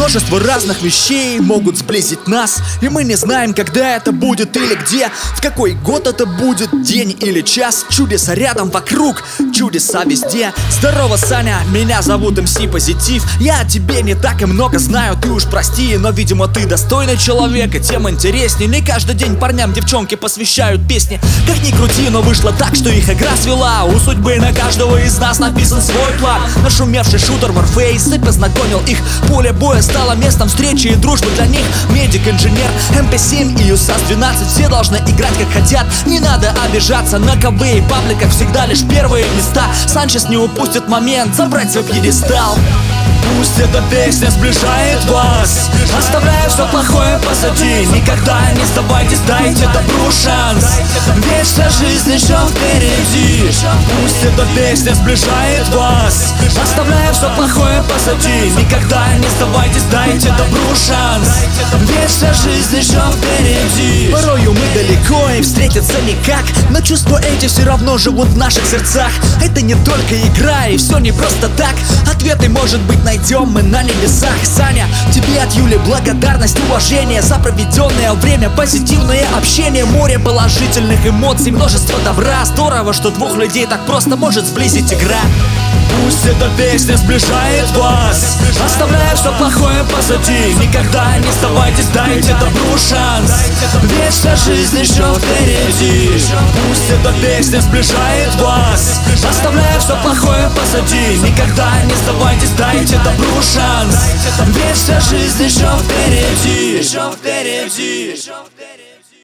Множество разных вещей могут сблизить нас, и мы не знаем, когда это будет или где, в какой год это будет, день или час. Чудеса рядом, вокруг, чудеса везде. Здорово, Саня, меня зовут МС Позитив. Я о тебе не так и много знаю, ты уж прости, но, видимо, ты достойный человек, и тем интереснее. Не каждый день парням девчонки посвящают песни. Как ни крути, но вышло так, что их игра свела. У судьбы на каждого из нас написан свой план. Нашумевший шутер Warface и познакомил их. Поле боя стало местом встречи и дружбы для них. Медик, инженер, МП7 и ЮСАС-12 все должны играть как хотят. Не надо обижаться, на КВ и пабликах всегда лишь первые места. Санчес не упустит момент забрать свой пьедестал. Пусть эта песня сближает вас, оставляя все плохое позади. Никогда не сдавайтесь, дайте добру шанс, ведь вся жизнь еще впереди. Пусть эта песня сближает вас, оставляя все плохое позади. Никогда не сдавайтесь, дайте добру шанс, ведь вся жизнь еще впереди. Порою мы далеко и встретиться никак, но чувства эти все равно живут в наших сердцах. Это не только игра и все не просто так. Ответы, может быть, найдем мы на небесах. Саня, тебе от Юли благодарность, уважение за проведенное время, позитивное общение, море положительных эмоций, множество добра. Здорово, что двух людей так просто может сблизить игра. Пусть эта песня сближает вас, оставляя все плохое позади. Никогда не сдавайтесь, дайте добру шанс, ведь вся жизнь еще впереди. Пусть эта песня сближает вас, оставляя все плохое позади. Никогда не сдавайтесь, дайте добру шанс, ведь вся жизнь еще впереди.